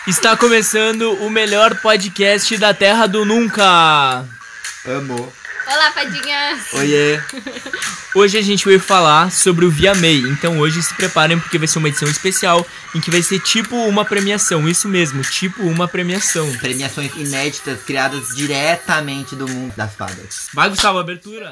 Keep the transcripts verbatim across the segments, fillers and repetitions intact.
Está começando o melhor podcast da Terra do Nunca. Amo. Olá, fadinhas. Oiê. Hoje a gente vai falar sobre o V M A. Então hoje se preparem porque vai ser uma edição especial em que vai ser tipo uma premiação. Isso mesmo, tipo uma premiação. Premiações inéditas criadas diretamente do mundo das fadas. Vai, Gustavo, abertura.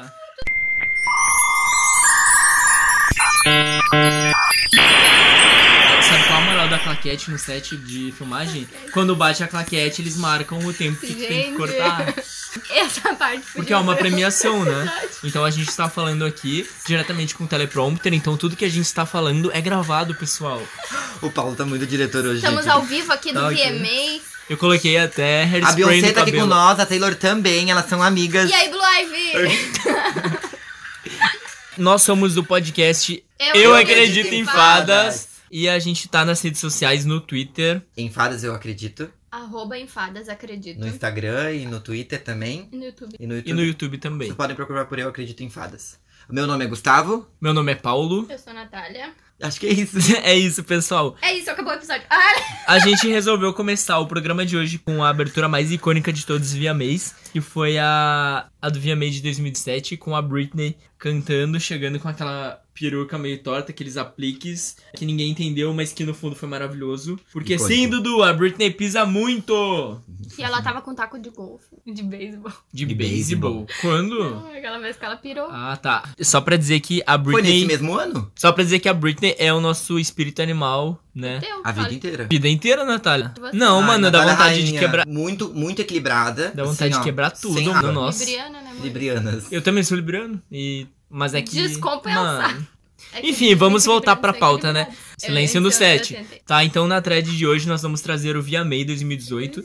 Sabe qual a moral da claquete no set de filmagem? Quando bate a claquete, eles marcam o tempo que tu tem que cortar. Essa parte Porque é uma premiação, né? Então a gente está falando aqui diretamente com o teleprompter, então tudo que a gente está falando é gravado, pessoal. O Paulo tá muito diretor hoje. Estamos gente. ao vivo aqui do Tá V aqui. M A. Eu coloquei até A hairspray Beyoncé no tá aqui cabelo. com nós, a Taylor também, elas são amigas. E aí, Blue Ivy? Nós somos do podcast Eu Eu, Acredito Acredito em em Fadas. Fadas. E a gente tá nas redes sociais, no Twitter. Em fadas eu acredito. Arroba enfadas, acredito. No Instagram e no Twitter também. E no YouTube. E no YouTube. E no YouTube também. Vocês podem procurar por Eu Acredito em Fadas. O meu nome é Gustavo. Meu nome é Paulo. Eu sou a Natália. Acho que é isso. É isso, pessoal. É isso, acabou o episódio. Ah, A gente resolveu começar o programa de hoje com a abertura mais icônica de todos os V M As, que foi a, a do V M A de dois mil e dezessete, com a Britney cantando, chegando com aquela peruca meio torta, aqueles apliques que ninguém entendeu, mas que no fundo foi maravilhoso. Porque Icônico. sim, Dudu, a Britney pisa muito! e ela tava com taco de golfe. De beisebol. De, De beisebol. beisebol. Quando? Não, aquela vez que ela pirou. Ah, tá. Só pra dizer que a Foi nesse Britney... mesmo ano? Só pra dizer que a Britney é o nosso espírito animal, né? Teu, A vida fala. inteira. Vida inteira, Natália. Você. Não, Ai, mano, dá Natália vontade de Rainha, quebrar... Muito, muito equilibrada. Dá vontade assim, de ó, quebrar tudo, sem mano. água. Nossa. Libriana, né, amor? Librianas. Eu também sou libriano, e... mas é que... Descompensar. Mano... É que Enfim, vamos equilibrado, voltar pra sem pauta, né? equilibrado. Silêncio Eu- no eu- set. eu tentei. Tá, então na thread de hoje nós vamos trazer o V M A dois mil e dezoito,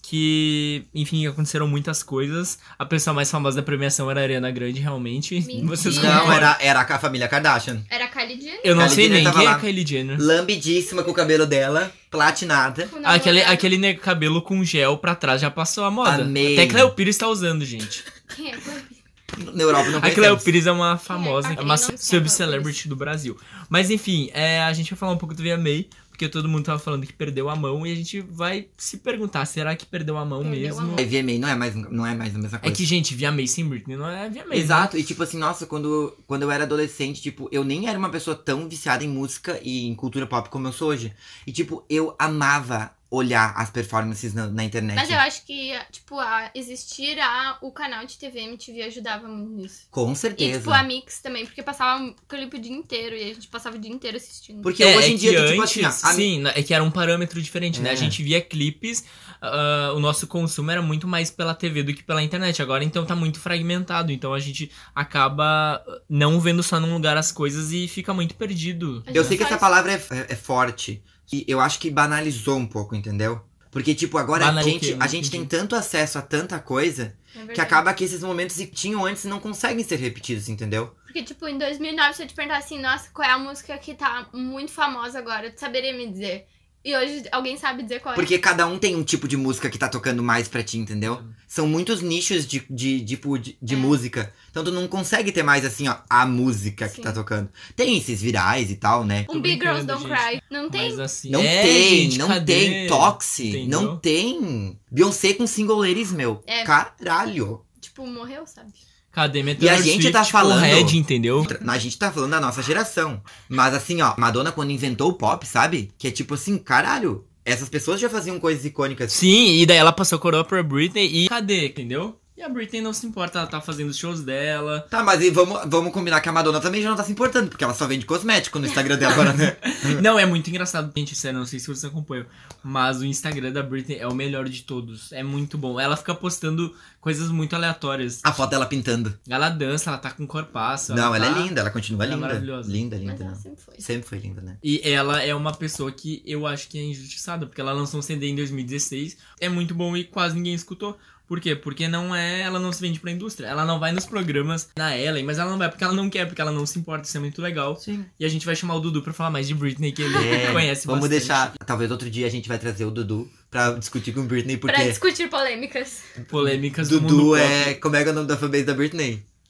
que, enfim, aconteceram muitas coisas. A pessoa mais famosa da premiação era a Ariana Grande, realmente. Mentira. Vocês Não, concordam? era, era a família Kardashian. Era a Kylie Jenner. Eu não Kylie sei Jenner nem tava quem é lá. a Kylie Jenner. Lambidíssima com o cabelo dela, platinada. com o Aquele, namorado. aquele ne- cabelo com gel pra trás já passou a moda. Amei. Até Cleo Pires tá usando, gente. Quem é? Cleo? Na Europa não A Cleo conhecemos. Pires é uma famosa, Quem é? é Pra uma quem não sabe, sub-celebrity do Brasil. Mas enfim, é, a gente vai falar um pouco do V M A, porque todo mundo tava falando que perdeu a mão, e a gente vai se perguntar, será que perdeu a mão Perdeu mesmo? a mão. A V M A não é mais, não é mais a mesma É coisa. que, gente, V M A sem Britney não é V M A. Exato, e tipo assim, nossa, quando, quando eu era adolescente, tipo, eu nem era uma pessoa tão viciada em música e em cultura pop como eu sou hoje. E tipo, eu amava olhar as performances na, na internet. Mas eu acho que, tipo, a existir a, o canal de T V M T V ajudava muito nisso. Com E, certeza. tipo, a Mix também, porque passava um clipe o dia inteiro e a gente passava o dia inteiro assistindo. Porque É, hoje é em dia, que tu, tipo antes, assim, ó, a- sim, é que era um parâmetro diferente, né? É. A gente via clipes, ah, o nosso consumo era muito mais pela T V do que pela internet. Agora, então, tá muito fragmentado. Então, a gente acaba não vendo só num lugar as coisas e fica muito perdido. A eu gente sei que faz- essa palavra é, é- é forte. E eu acho que banalizou um pouco, entendeu? Porque, tipo, agora a Banalizou, gente, eu a gente tem entendi. tanto acesso a tanta coisa É verdade. que acaba que esses momentos que tinham antes não conseguem ser repetidos, entendeu? Porque, tipo, em dois mil e nove, se eu te perguntar assim, nossa, qual é a música que tá muito famosa agora, tu saberia me dizer. E hoje alguém sabe dizer qual é. Porque cada um tem um tipo de música que tá tocando mais pra ti, entendeu? São muitos nichos de, de, tipo, de, de É. música. Então tu não consegue ter mais, assim, ó, a música que Sim. tá tocando. Tem esses virais e tal, né? Um Tô Big Girls brincando, Don't gente. Cry. Não tem? Mas assim, Não é, tem, gente, não cadê? tem. Toxi, Entendeu? não tem. Beyoncé com single ladies, meu. É. Caralho. Tipo, morreu, sabe? Cadê minha E a Taylor gente Swift tá com falando- Red, entendeu? A gente tá falando da nossa geração. Mas assim, ó, Madonna quando inventou o pop, sabe? Que é tipo assim, caralho. Essas pessoas já faziam coisas icônicas. Sim, e daí ela passou a coroa pra Britney e cadê, entendeu? E a Britney não se importa, ela tá fazendo os shows dela. Tá, mas e vamos, vamos combinar que a Madonna também já não tá se importando, porque ela só vende cosmético no Instagram dela agora, né? Não, é muito engraçado, gente, sério, não sei se vocês acompanham, mas o Instagram da Britney é o melhor de todos, é muito bom. Ela fica postando coisas muito aleatórias. A foto dela pintando. Ela dança, ela tá com corpaço. Não, ela tá- é linda, ela continua Ela é linda. maravilhosa. Linda, Mas linda, ela não. sempre foi. Sempre foi linda, né? E ela é uma pessoa que eu acho que é injustiçada, porque ela lançou um C D em dois mil e dezesseis, é muito bom e quase ninguém escutou. Por quê? Porque não é, ela não se vende pra indústria. Ela não vai nos programas na Ellen, mas ela não vai porque ela não quer, porque ela não se importa, isso é muito legal. Sim. E a gente vai chamar o Dudu pra falar mais de Britney, que ele É, conhece vamos bastante. deixar. Talvez outro dia a gente vai trazer o Dudu pra discutir com Britney, Pra porque discutir polêmicas. Polêmicas do mundo Dudu pop. é. Como é que é o nome da fanbase da Britney?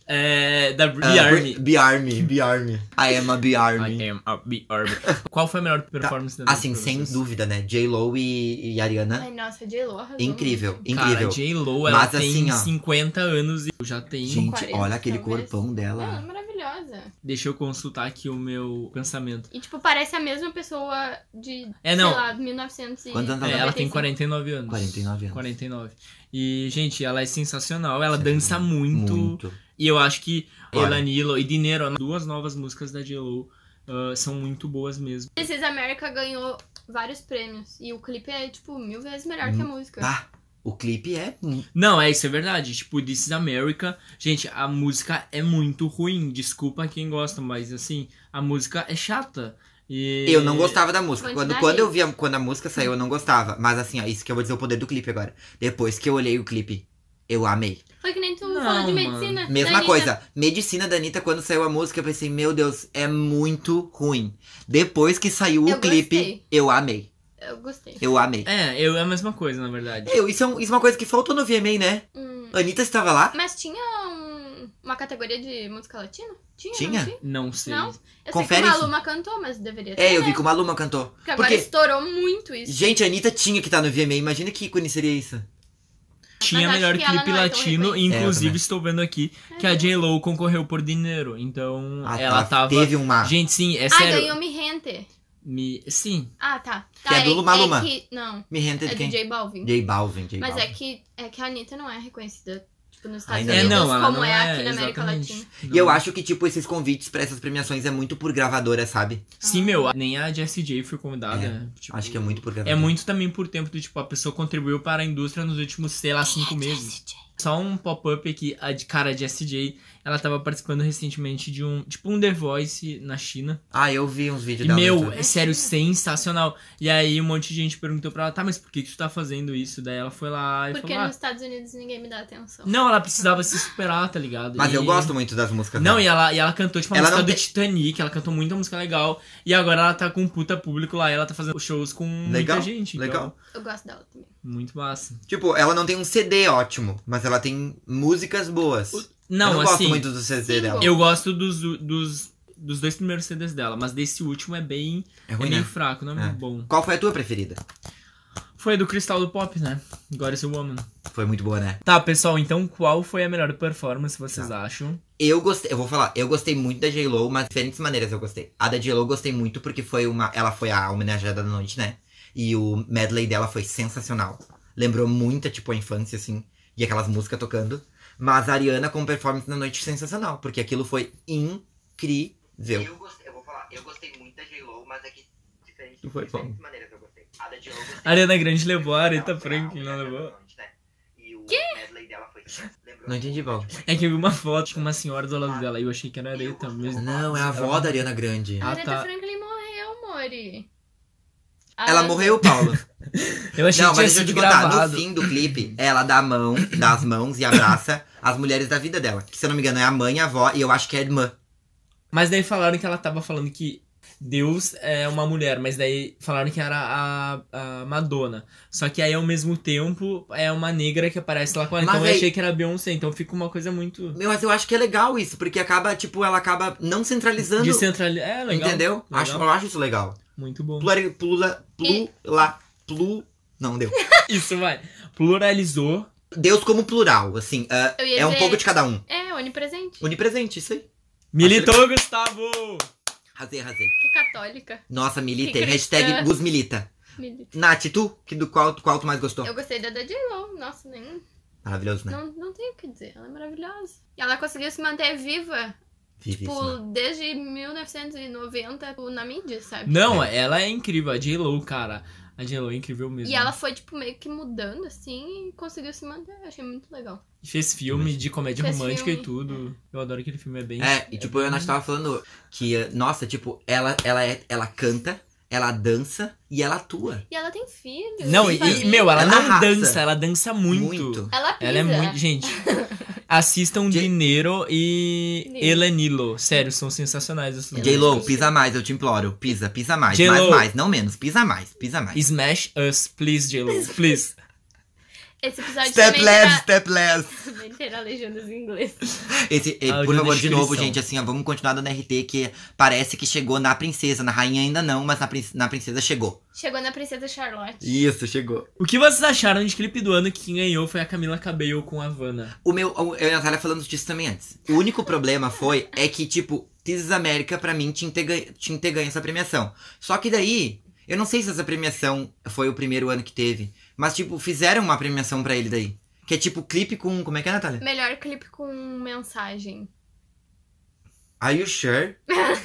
É, da Ah, B-Army. B-Army, B-Army. I am a B-Army. I am a B-Army. Qual foi a melhor performance da noite Assim, pra sem vocês? dúvida, né? J-Lo e, e Ariana. Ai, nossa, J-Lo arrasou. Incrível, muito. incrível. Cara, J-Lo, ela Mas tem assim, ó. cinquenta anos e eu já tenho... Gente, quarenta, olha aquele talvez. corpão Ela é dela. maravilhosa. Deixa eu consultar aqui o meu pensamento. E, tipo, parece a mesma pessoa de, É, não. sei lá, mil e novecentos e... Quantos anos É, ela ela tem noventa e cinco. quarenta e nove anos. quarenta e nove anos. quarenta e nove. E, gente, ela é sensacional. Ela Sério, dança muito. Muito. E eu acho que Olha. Elanilo e Dinero, duas novas músicas da J-Lo, uh, são muito boas mesmo. This is America ganhou vários prêmios. E o clipe é, tipo, mil vezes melhor que a música. Ah, o clipe é muito. Não, é isso, é verdade. Tipo, This is America. Gente, a música é muito ruim. Desculpa quem gosta, mas assim, a música é chata. E... Eu não gostava da música. Vou te Quando, dar quando eu hate. vi a, quando a música saiu, eu não gostava. Mas assim, ó, isso que eu vou dizer o poder do clipe agora. Depois que eu olhei o clipe, eu amei. Foi que nem tu Não, falou de mano. medicina. Mesma da Anitta. coisa. Medicina da Anitta, quando saiu a música, eu pensei, meu Deus, é muito ruim. Depois que saiu o Eu clipe, gostei. eu amei. Eu gostei. Eu amei. É, eu, é a mesma coisa, na verdade. Eu, isso, é um- isso é uma coisa que faltou no V M A, né? Hum, Anitta estava lá? mas tinha um- uma categoria de música latina? Tinha? Tinha? Não, tinha? Não sei. Não? Eu Confere sei que isso. a Maluma cantou, mas deveria ter. É, eu vi né? que o Maluma cantou. Porque agora Porque, estourou muito isso. gente, a Anitta tinha que estar no V M A. Imagina que ícone seria isso. Tinha Mas acho melhor que ela clipe não é tão latino, reconhecida. É, eu inclusive também. estou vendo aqui que a J-Lo concorreu por dinheiro. Então, Ah, ela tá, tava. teve uma. Gente, sim, é Ah, sério. ganhou Mi Gente. Me... Sim. Ah, tá. Que tá é do Maluma. que, não, Me renta é de do quem? J Balvin. J Balvin, J Mas Balvin. é que, é que a Anitta não é reconhecida, tipo, nos Estados Ainda É, Unidos, não, ela como não é, é, aqui na América exatamente. Latina. E eu Não. acho que, tipo, esses convites pra essas premiações é muito por gravadora, sabe? Sim, meu, nem a Jessie J foi convidada. tipo, Acho que é muito por gravadora. É muito também por tempo do tipo, a pessoa contribuiu para a indústria nos últimos, sei lá, cinco meses. Só um pop-up aqui, a de cara, a Jessie J, ela tava participando recentemente de um, tipo um The Voice na China. Ah, eu vi uns vídeos E, dela. no meu, YouTube. é sério, sensacional. E aí um monte de gente perguntou pra ela, tá, mas por que, que tu tá fazendo isso? Daí ela foi lá e Porque falou, ah, nos Estados Unidos ninguém me dá atenção. não, ela precisava se superar, tá ligado? Mas E- eu gosto muito das músicas Não, dela. e ela, e ela cantou, tipo, a Ela música não do tem- Titanic, ela cantou muita música legal. E agora ela tá com um puta público lá, e ela tá fazendo shows com Legal, muita gente. então, legal. Eu gosto dela também. muito massa. Tipo, ela não tem um C D ótimo, mas ela tem músicas boas. Não, eu não assim, gosto muito do C D Single. dela. eu gosto dos, dos, dos dois primeiros C Ds dela, mas desse último é bem, É é ruim, meio né? fraco, não é, É. muito bom. Qual foi a tua preferida? Foi a do Cristal do Pop, né? God is a Woman. Foi muito boa, né? Tá, pessoal, então qual foi a melhor performance, vocês Tá. acham? Eu gostei, eu vou falar, eu gostei muito da J-Lo, mas de diferentes maneiras eu gostei. A da J-Lo eu gostei muito porque foi uma, ela foi a homenageada da noite, né? E o medley dela foi sensacional. Lembrou muito, tipo, a infância, assim, e aquelas músicas tocando. Mas a Ariana com performance na noite sensacional, porque aquilo foi incrível. Eu gostei, eu vou falar, eu gostei muito da J-Lo, mas é que diferente, Foi de diferentes maneiras eu gostei. A da J-Lo eu gostei A Ariana muito. Grande levou, a Aretha Ela foi a Franklin não homenageada levou? da noite, né? E o medley dela foi lembrou Não entendi, Val. É que eu vi uma foto com uma senhora do lado dela e eu achei que era a Aretha mesmo. Não, é a avó da Ariana Grande. A Ah, Aretha tá. Franklin morreu, Mori. Ela Ah, morreu, Paulo. Eu achei Não, que tinha mas deixa eu sido te contar, gravado. no fim do clipe, ela dá a mão, dá as mãos e abraça as mulheres da vida dela. Que se eu não me engano é a mãe, a avó e eu acho que é a irmã. Mas daí falaram que ela tava falando que Deus é uma mulher, mas daí falaram que era a, a Madonna. Só que aí ao mesmo tempo é uma negra que aparece lá com ela. Mas Então eu aí- achei que era Beyoncé, então fica uma coisa muito Meu, mas eu acho que é legal isso, porque acaba, tipo, ela acaba não centralizando. descentralizada. É, legal. Entendeu? Legal. Acho, eu acho isso legal. Muito bom. Pluri, plula, plu, la, plu. Não, deu. Isso, vai. Pluralizou. Deus como plural, assim. ah, Eu ia é um dizer- pouco de cada um. É, onipresente. Onipresente, isso aí. Militou, Gustavo! Rasei, rasei. Que católica. Nossa, militei. Que cristã. Hashtag Gus Milita. Milita. Nath, tu? Que do qual, qual tu mais gostou? Eu gostei da da J-Lo. Nossa, nem... Maravilhoso, né? Não, não tenho o que dizer. Ela é maravilhosa. E ela conseguiu se manter viva, Vivíssima. tipo, desde mil novecentos e noventa tipo, na mídia, sabe? Não, ela é incrível. A J-Lo, cara. A J-Lo é incrível mesmo. E ela foi, tipo, meio que mudando, assim, e conseguiu se manter. Eu achei muito legal. Fez filme de comédia Fez romântica filme. e tudo. Eu adoro aquele filme, é bem... É, e tipo, eu e a Nath tava falando que, eh, nossa, tipo, ela, ela, é, ela canta, ela dança e ela atua. E ela tem filhos. Não, tem e, família. e, meu, ela, Ela não arrasa. dança, ela dança muito. Muito. Ela pisa. Ela é muito... Gente, assistam J- Dinero e Nilo. Elenilo. Sério, são sensacionais essas J-Lo, músicas. pisa mais, eu te imploro. Pisa, pisa mais. J-Lo. Mais, mais, não menos. Pisa mais, pisa mais. Smash us, please, J-Lo. Please. Esse episódio Step também less, terá... step less. também terá legendas em inglês. Esse, eh, Áudio por na favor, de novo, descrição. gente, assim, ó, vamos continuar dando R T, que parece que chegou na princesa. Na rainha ainda não, mas na, prin- na princesa chegou. Chegou na Princesa Charlotte. Isso, chegou. O que vocês acharam de clipe do ano que quem ganhou foi a Camila Cabello com a Havana? O meu, o- eu e a Natália falamos disso também antes. O único problema foi, é que, tipo, This is America, pra mim, tinha que, ter ganho, tinha que ter ganho essa premiação. Só que daí, eu não sei se essa premiação foi o primeiro ano que teve, mas, tipo, fizeram uma premiação pra ele daí. Que é tipo clipe com. Como é que é, Natália? Melhor clipe com mensagem. Are you sure?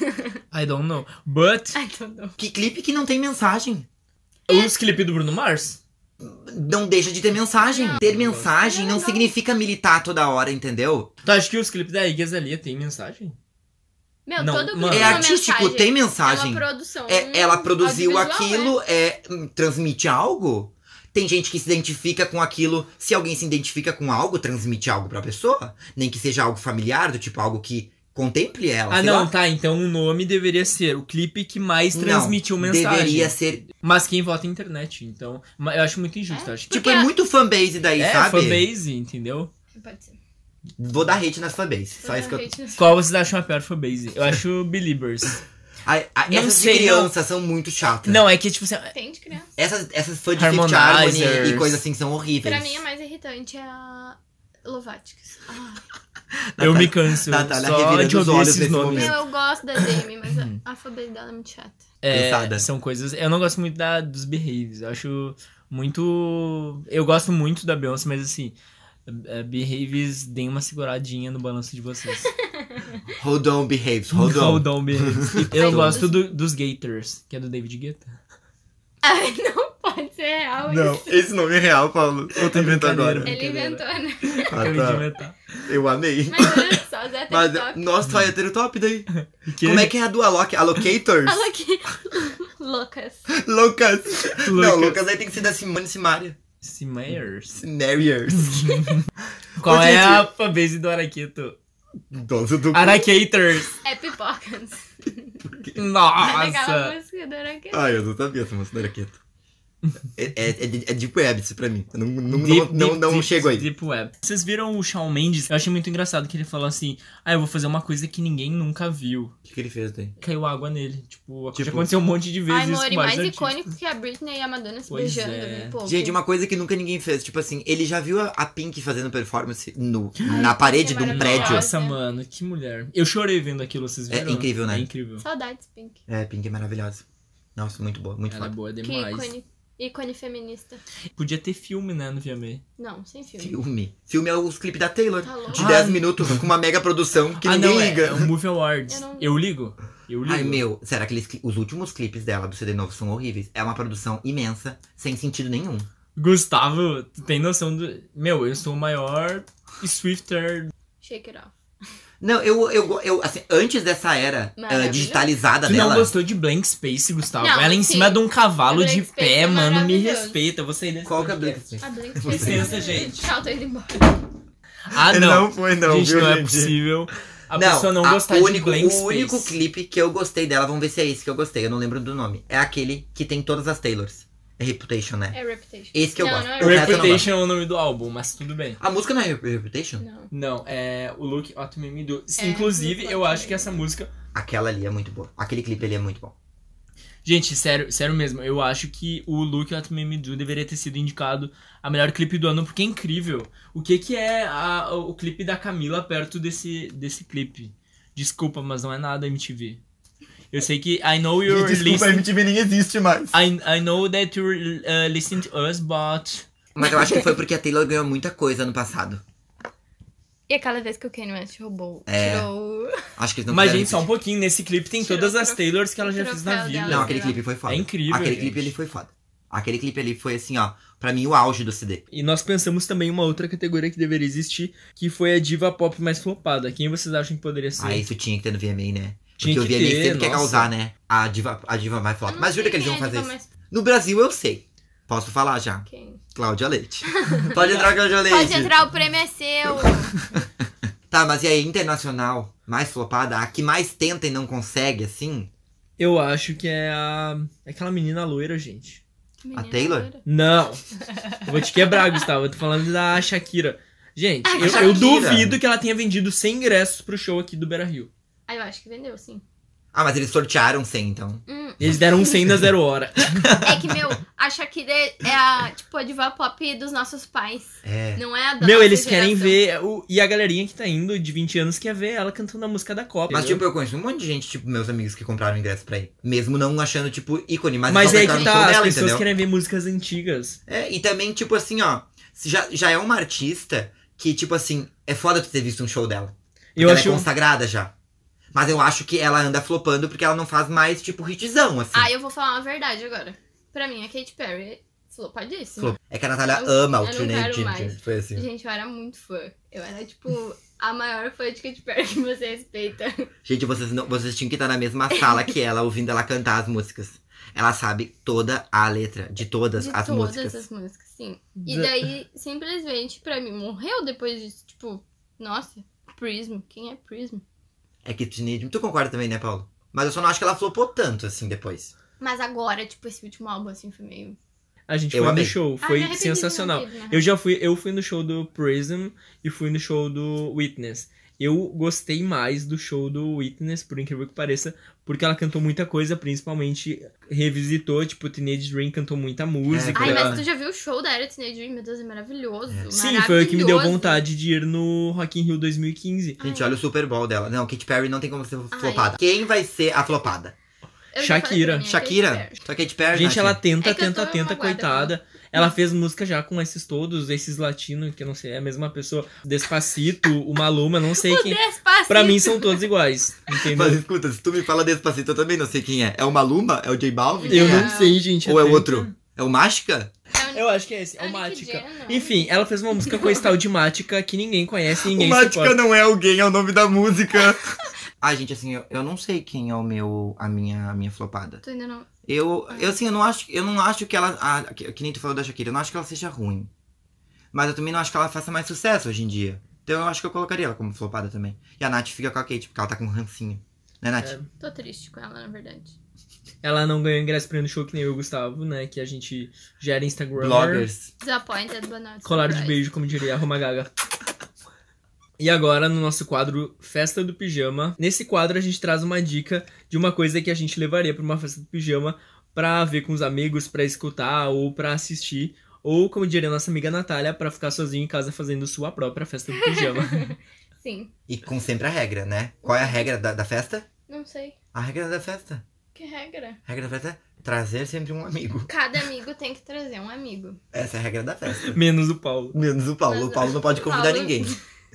I don't know. But, Ai, don't know. Que clipe que não tem mensagem? os clipes do Bruno Mars? Não deixa de ter mensagem. Ter mensagem não Não. significa militar toda hora, entendeu? Tu acha que os clipes da Iggy Azalea tem mensagem? Meu, Não, todo mano. clipe É tem uma artístico, mensagem. tem mensagem. É uma produção. É, ela produziu audiovisual, aquilo, né? é, hum, transmite algo. Tem gente que se identifica com aquilo. Se alguém se identifica com algo, transmite algo pra pessoa. Nem que seja algo familiar, do tipo algo que contemple ela. Ah, sei não, lá. tá. Então o nome deveria ser o clipe que mais Não, transmitiu mensagem. Deveria ser. Mas quem vota é a internet, então. ma- Eu acho muito injusto. Eu acho que Tipo, é muito fanbase daí, é sabe? fanbase, entendeu? Pode ser. Vou dar hate nas fanbase. Só Vou isso que dar eu. hate nesse- Qual vocês acham a pior fanbase? Eu acho Beliebers. A, a, Não essas sei, de criança são muito chatas. Não, é que tipo assim. Tem de criança. Essas, essas fãs de Fifth Harmony Harmonizers. e coisas assim são horríveis. Pra mim, a mais irritante é a Lovatics. Ah. Eu me canso. Natália só revirando de os ouvir olhos esses nesse nomes. momento. Meu, eu gosto da Demi, mas a, a fanbase dela é muito chata. É, Cansada. são coisas. Eu não gosto muito da, dos Behaves. Eu acho muito. Eu gosto muito da Beyoncé, mas assim. é, Behaves, deem uma seguradinha no balanço de vocês. Hold on, behaves, hold on. Hold on, Behaves. E eu Ai, gosto todos- do- dos Gators, que é do David Guetta. Ai, não pode ser real Não, isso. esse nome é real, Paulo. Eu tô inventando brincadeira. agora. Ele inventou, né? Ah, Acabei de tá. inventar. Eu amei. Mas olha só, Zé Mas, TikTok. nossa, tu é hétero top daí. Que- Como é que é a do Alloc? Allocators? Fala aqui. Lucas. Lucas. Não, Lucas. Lucas aí tem que ser da Simone Simaria. Simeyers. Scenarios. Qual Ô, é gente. a fanbase do Araqueto? Nossa, do... Aracators. É pipocas. Aquela Nossa. música do Araqueta. Ai, eu não sabia essa música do Araqueto. É, é, é, de- é Deep Web isso pra mim. Eu não, não, Deep, não, deep, não, deep, chego aí. Deep Web. Vocês viram o Shawn Mendes? Eu achei muito engraçado que ele falou assim: ah, eu vou fazer uma coisa que ninguém nunca viu. O que, que ele fez daí? Caiu água nele. Tipo, Tipo- já aconteceu um monte de vezes Ai, amor, com e vários mais artistas. icônico que a Britney e a Madonna se Pois beijando. é. Me poupe. Gente, uma coisa que nunca ninguém fez. Tipo assim, ele já viu a, a Pink fazendo performance no, na parede é de um maravilhosa. prédio. Nossa, mano, que mulher. Eu chorei vendo aquilo, vocês É viram? incrível, né? É incrível. Saudades, Pink. É, Pink é maravilhosa. Nossa, muito boa, muito Ela é foda. boa Que demais. ícone. Ícone feminista. Podia ter filme, né, no V M A. Não, sem filme. Filme. Filme é os clipes da Taylor. Tá louco. De Ah, dez n- minutos, com uma mega produção que ah, ninguém não, é, liga. é o Movie Awards. Eu não- Eu ligo? Eu ligo. Ai, meu, será que eles, os últimos clipes dela do C D novo são horríveis? É uma produção imensa, sem sentido nenhum. Gustavo, tu tem noção do... Meu, eu sou o maior Swifter. Shake it off. Não, eu, eu, eu assim, antes dessa era ah, Maravilhoso. digitalizada Tu dela. não gostou de Blank Space, Gustavo? Não, Ela em sim. cima de um cavalo A de Blank Space pé, é mano, me maravilhoso. respeita. Eu vou sair desse Qual que é a podcast. Black A Blink Licença, gente. Tchau, tô indo embora. Ah, Ele não. não foi, não, gente, viu, não é gente? possível a Não, pessoa não a- gostar o de único, Blank O Space. único clipe que eu gostei dela, vamos ver se é esse que eu gostei, eu não lembro do nome. É aquele que tem todas as Taylors. É Reputation, né? É Reputation. Esse que eu não, gosto. Não, O é resto eu não Reputation é o nome do álbum, mas tudo bem. A música não é Rep- Reputation? Não. Não, é o Look What You Made Me Do. É, Inclusive, Look eu What acho You que Made essa Me Do. música... Aquela ali é muito boa. Aquele clipe ali é muito bom. Gente, sério, sério mesmo, eu acho que o Look What You Made Me Do deveria ter sido indicado a melhor clipe do ano, porque é incrível. O que que é a- o clipe da Camila perto desse, desse clipe? Desculpa, mas não é nada M T V. Eu sei que I know you're listening... M T V nem existe mais. I, I know that you're uh, listening to us, but... Mas eu acho que foi porque a Taylor ganhou muita coisa ano passado. E aquela vez que o Kanye West roubou, É. tirou... Acho que eles não Mas, fizeram gente, só um isso. pouquinho, nesse clipe tem Tirou todas o as trof- Taylors que ela já o fez na troféu vida. dela. Não, aquele clipe foi foda. É incrível, Aquele gente. clipe ali foi foda. Aquele clipe ali foi assim, ó, pra mim o auge do C D. E nós pensamos também em uma outra categoria que deveria existir, que foi a diva pop mais flopada. Quem vocês acham que poderia ser? Ah, isso tinha que ter no V M A, né? Tinha Porque que o V M A ter, sempre quer nossa. causar, né? A diva, a diva mais Eu flop. não Mas jura sei que eles quem vão é a fazer diva isso? mais- No Brasil eu sei. Posso falar já. Quem? Cláudia Leite. Pode entrar, Cláudia Leite. Pode entrar, o prêmio é seu. Tá, mas e aí, internacional, mais flopada, a que mais tenta e não consegue, assim? Eu acho que é a... é aquela menina loira, gente. Menina Taylor? loira. Não. Eu vou te quebrar, Gustavo. Eu tô falando da Shakira. Gente, Ah, eu, Shakira. eu duvido que ela tenha vendido cem ingressos pro show aqui do Beira Rio. Ah, eu acho que vendeu, sim. Ah, mas eles sortearam cem, então. Hum, Eles deram um cem na zero hora. é que, meu, a Shakira é a, tipo, a diva pop dos nossos pais. É. Não é a da Meu, nossa eles querem geração. ver. O, e a galerinha que tá indo de vinte anos quer ver ela cantando a música da Copa. Mas, entendeu? tipo, eu conheço um monte de gente, tipo, meus amigos que compraram ingresso pra ir. Mesmo não achando, tipo, ícone. Mas, Mas só é pra que entrar no tá, show as dela, pessoas entendeu? querem ver músicas antigas. É, e também, tipo assim, ó. se Já, já é uma artista que, tipo assim, é foda tu ter visto um show dela. Eu ela acho. é consagrada já. Mas eu acho que ela anda flopando porque ela não faz mais, tipo, hitzão, assim. Ah, eu vou falar uma verdade agora. Pra mim, a Katy Perry flopadíssima. Flop. É que a Natália Eu- ama eu o não Teenage quero Ginger. mais. Foi assim. Gente, eu era muito fã. Eu era, tipo, a maior fã de Katy Perry que você respeita. Gente, vocês, não, vocês tinham que estar na mesma sala que ela, ouvindo ela cantar as músicas. Ela sabe toda a letra de todas De as todas músicas. as músicas, sim. E Da- daí, simplesmente, pra mim, morreu depois disso. Tipo, nossa, Prism. Quem é Prism? É que Teenage... Tu concorda também, né, Paulo? Mas eu só não acho que ela flopou tanto, assim, depois. Mas agora, tipo, esse último álbum, assim, foi meio... A gente Eu foi amei. no show, Ah, foi me arrependi de não sensacional. ter ido, na Eu já fui, eu fui no show do Prism e fui no show do Witness. Eu gostei mais do show do Witness, por incrível que pareça, porque ela cantou muita coisa, principalmente revisitou, tipo, Teenage Dream cantou muita música. Ai, Ela- mas tu já viu o show da Era Teenage Dream? Meu Deus, é maravilhoso. Sim, foi o que me deu maravilhoso. vontade de ir no Rock in Rio dois mil e quinze. Gente, Ai. olha o Super Bowl dela. Não, Katy Perry não tem como ser Ai. flopada. Quem vai ser a flopada? Eu já falei Shakira. pra mim, é Shakira? Katy Perry. Só Katy Perry, Gente, Nath? ela tenta, É que eu tenta, tô tenta, magoada, coitada. Ela fez música já com esses todos, esses latinos, que eu não sei, é a mesma pessoa. Despacito, o Maluma, não sei O quem. Despacito. Pra mim são todos iguais, entendeu? Mas escuta, se tu me fala Despacito, eu também não sei quem é. É o Maluma? É o J Balvin? Eu Quem é? não sei, gente. Ou é até- outro? É o Mágica? É o- Eu acho que é esse, é É o o Mática. Nick Jam, não. Enfim, ela fez uma música com esse tal de Mática que ninguém conhece, O ninguém Mágica suporta. não é alguém, é o nome da música. Ai, gente, assim, eu, eu não sei quem é o meu, a minha, a minha flopada. Tu ainda não... Eu, eu assim, eu não acho, eu não acho que ela, a, que, que nem tu falou da Shakira, eu não acho que ela seja ruim. Mas eu também não acho que ela faça mais sucesso hoje em dia. Então eu acho que eu colocaria ela como flopada também. E a Nath fica com a Kate, porque ela tá com um rancinho. Né, Nath? É. Tô triste com ela, na verdade. Ela não ganhou ingresso pra ir no show que nem eu e o Gustavo, né? Que a gente já era Instagrammer. Bloggers. Disappointed, but not Colar de surprised. beijo, como diria a Roma Gaga. E agora, no nosso quadro Festa do Pijama. Nesse quadro, a gente traz uma dica de uma coisa que a gente levaria pra uma festa do pijama pra ver com os amigos, pra escutar ou pra assistir. Ou, como diria a nossa amiga Natália, pra ficar sozinho em casa fazendo sua própria festa do pijama. Sim. E com sempre a regra, né? Qual é a regra da, da festa? Não sei. A regra da festa. Que regra? A regra da festa é trazer sempre um amigo. Cada amigo tem que trazer um amigo. Essa é a regra da festa. Menos o Paulo. Menos o Paulo. Mas, O Paulo não pode convidar Paulo- ninguém.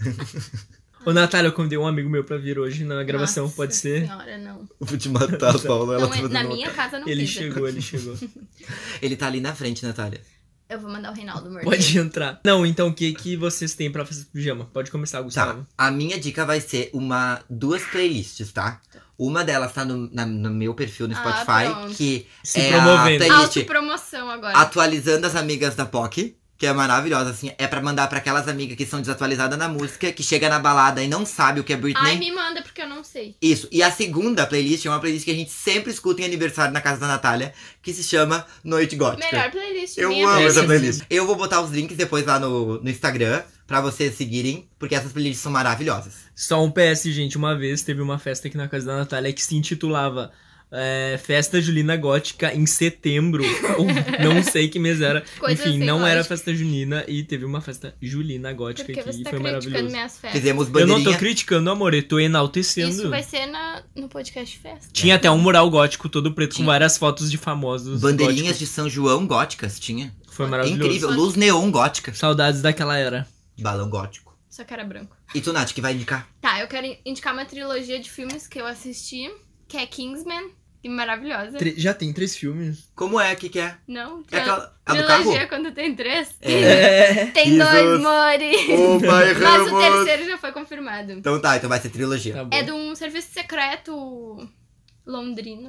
Ô, Natália, eu convidei um amigo meu pra vir hoje na gravação, Nossa pode ser? Senhora, não. Eu vou te matar, Paulo. Ela Não, tá é- fazendo na uma- minha casa não Ele pisa. chegou, ele chegou. Ele tá ali na frente, Natália. Eu vou mandar o Reinaldo morder. Pode entrar. Não, então o que, que vocês têm pra festa do pijama? Pode começar, Gustavo. Tá. A minha dica vai ser uma duas playlists, tá? Uma delas tá no, na- no meu perfil no Ah, Spotify, pronto. que Se é promovendo. a playlist Autopromoção agora. Atualizando as Amigas da P O C, que é maravilhosa, assim. É pra mandar pra aquelas amigas que são desatualizadas na música, que chega na balada e não sabe o que é Britney. Ai, me manda porque eu não sei. Isso. E a segunda playlist é uma playlist que a gente sempre escuta em aniversário na casa da Natália, que se chama Noite Gótica. Melhor playlist. Eu minha amo playlist. essa playlist. Eu vou botar os links depois lá no, no Instagram pra vocês seguirem, porque essas playlists são maravilhosas. Só um P S, gente. Uma vez teve uma festa aqui na casa da Natália que se intitulava é, Festa Julina Gótica em setembro. Ou não sei que mês era. Coisa Enfim, sem não era lógica. festa junina e teve uma festa Julina Gótica Porque aqui você e tá foi criticando maravilhoso. minhas festas. Fizemos Eu bandeirinha. não tô criticando, amor, eu tô enaltecendo. Isso vai ser na, no podcast festa. Tinha até um mural gótico todo preto com Tinha. várias fotos de famosos. Bandeirinhas góticos. de São João góticas, tinha. Foi É maravilhoso. incrível. Luz neon gótica. Saudades daquela era. Balão gótico. Só que era branco. E tu, Nath, que vai indicar? Tá, eu quero indicar uma trilogia de filmes que eu assisti, que é Kingsman, que é maravilhosa. Tre- Já tem três filmes. Como é? O que que é? Não, É aquela... A do trilogia carro? quando tem três. É. Tem Jesus. dois, Mori. Ô, pai, Mas o Ramos. terceiro já foi confirmado. Então tá, então vai ser trilogia. Tá bom. É de um serviço secreto londrino.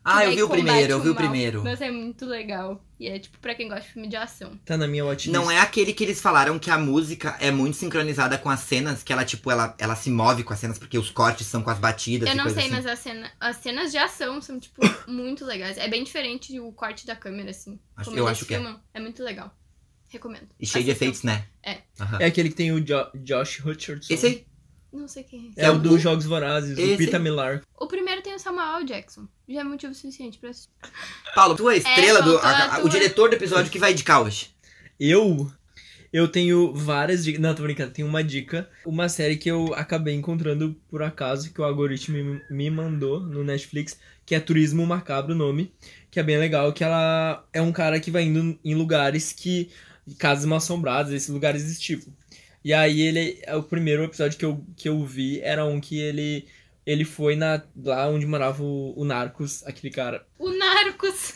Ah, eu daí vi o combate primeiro, eu vi o mal. primeiro. Mas é muito legal. E é tipo pra quem gosta de filme de ação. Tá na minha watchlist. Não é aquele que eles falaram que a música é muito sincronizada com as cenas, que ela, tipo, ela, ela se move com as cenas, porque os cortes são com as batidas Eu e não coisa sei, assim. mas a cena, as cenas de ação são, tipo, muito legais. É bem diferente o corte da câmera, assim. Acho- Como eu eles acho que é. filmam. É muito legal. Recomendo. E cheio de Assistam. efeitos, né? É. Aham. É aquele que tem o jo Josh Hutcherson. Esse aí. Não sei quem é. É, É o o- dos Jogos Vorazes, Esse- o Peter Millar. O primeiro tem o Samuel Jackson. Já é motivo suficiente pra assistir. Paulo, tu é a estrela do. faltou a a- a- o tua- diretor do episódio que vai indicar hoje. Eu... Eu tenho várias dicas. Não, tô brincando. Tem uma dica. Uma série que eu acabei encontrando por acaso, que o algoritmo me, me mandou no Netflix, que é Turismo Macabro, o nome. Que é bem legal, que ela é um cara que vai indo em lugares que... Casas mal assombradas, esses lugares desse tipo. E aí ele... O primeiro episódio que eu, que eu vi era um que ele... Ele foi na, lá onde morava o, o Narcos, aquele cara. O Narcos.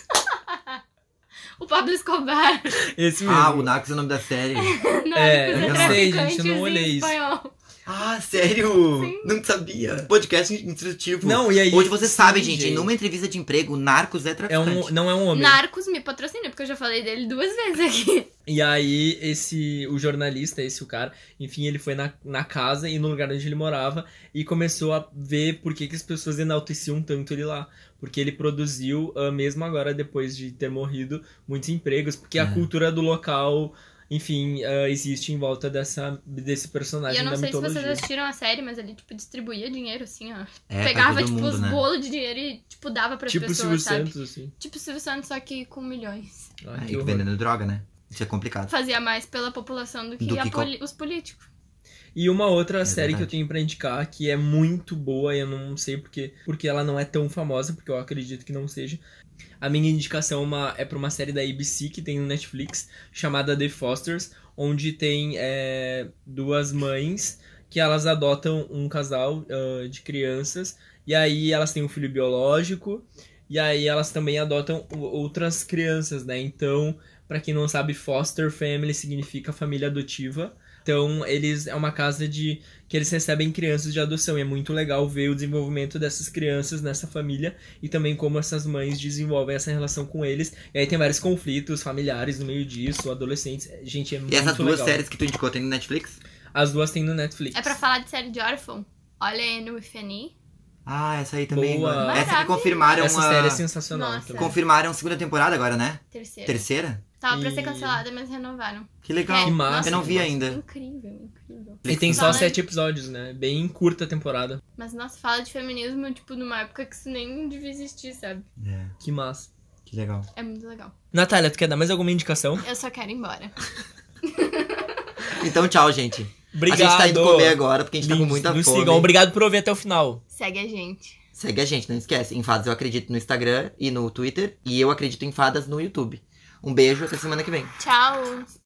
O Pablo Escobar. Esse mesmo. Ah, o Narcos é o nome da série. Narcos É, eu é não sei, traficante gente, eu não em olhei isso. espanhol. Ah, sério? Sim. Não sabia. Podcast instrutivo. Não, e aí... Hoje você sim, sabe, gente, numa entrevista de emprego, o Narcos é É traficante. um, não é um homem. Narcos me patrocina, porque eu já falei dele duas vezes aqui. E aí, esse, o jornalista, esse o cara, enfim, ele foi na, na casa e no lugar onde ele morava e começou a ver por que, que as pessoas enalteciam tanto ele lá. Porque ele produziu, ah, mesmo agora, depois de ter morrido, muitos empregos, porque É. a cultura do local, enfim, ah, existe em volta dessa, desse E personagem eu não da sei se mitologia. vocês assistiram a série, mas ele, tipo, distribuía dinheiro, assim, ó. É, pra Pegava, todo tipo, mundo, os né? bolos de dinheiro e, tipo, dava pras Tipo o pessoas, Silvio sabe? Santos, assim. Tipo o Silvio Santos, só que com milhões. Ah, É, que e horror. vendendo droga, né? Isso é complicado. Fazia mais pela população do que, Do a que co- poli- os políticos. E uma outra É série que eu verdade. tenho pra indicar, que é muito boa, e eu não sei porque, porque ela não é tão famosa, porque eu acredito que não seja. A minha indicação é, uma, é pra uma série da A B C que tem no Netflix, chamada The Fosters, onde tem é, duas mães que elas adotam um casal ah, de crianças, e aí elas têm um filho biológico, e aí elas também adotam o- outras crianças, né? Então, pra quem não sabe, foster family significa família adotiva. Então, eles é uma casa de que eles recebem crianças de adoção. E é muito legal ver o desenvolvimento dessas crianças nessa família e também como essas mães desenvolvem essa relação com eles. E aí tem vários conflitos familiares no meio disso, adolescentes. Gente, é muito E essas duas legal. séries que tu indicou tem no Netflix? As duas tem no Netflix. É pra falar de série de órfão. Olha Anne with an E. Ah, essa aí também. Boa. mano. Essa que Maravilha. confirmaram Essa a... série é sensacional. Nossa. também. Confirmaram segunda temporada agora, né? Terceira. Terceira? Tava pra ser E- cancelada, mas renovaram. Que legal. Que massa. Eu não vi que massa. ainda. Incrível, incrível. E tem só Fala- sete episódios, né? Bem curta a temporada. Mas, nossa, fala de feminismo, tipo, numa época que isso nem devia existir, sabe? É, Que massa. que legal. É muito legal. Natália, tu quer dar mais alguma indicação? Eu só quero ir embora. Então, tchau, gente. Obrigado. A gente tá indo comer agora, porque a gente tá com Lindos, muita nos fome. sigam. Obrigado por ouvir até o final. Segue a gente. Segue a gente, não esquece. Em Fadas eu acredito no Instagram e no Twitter. E eu acredito em Fadas no YouTube. Um beijo, até semana que vem. Tchau.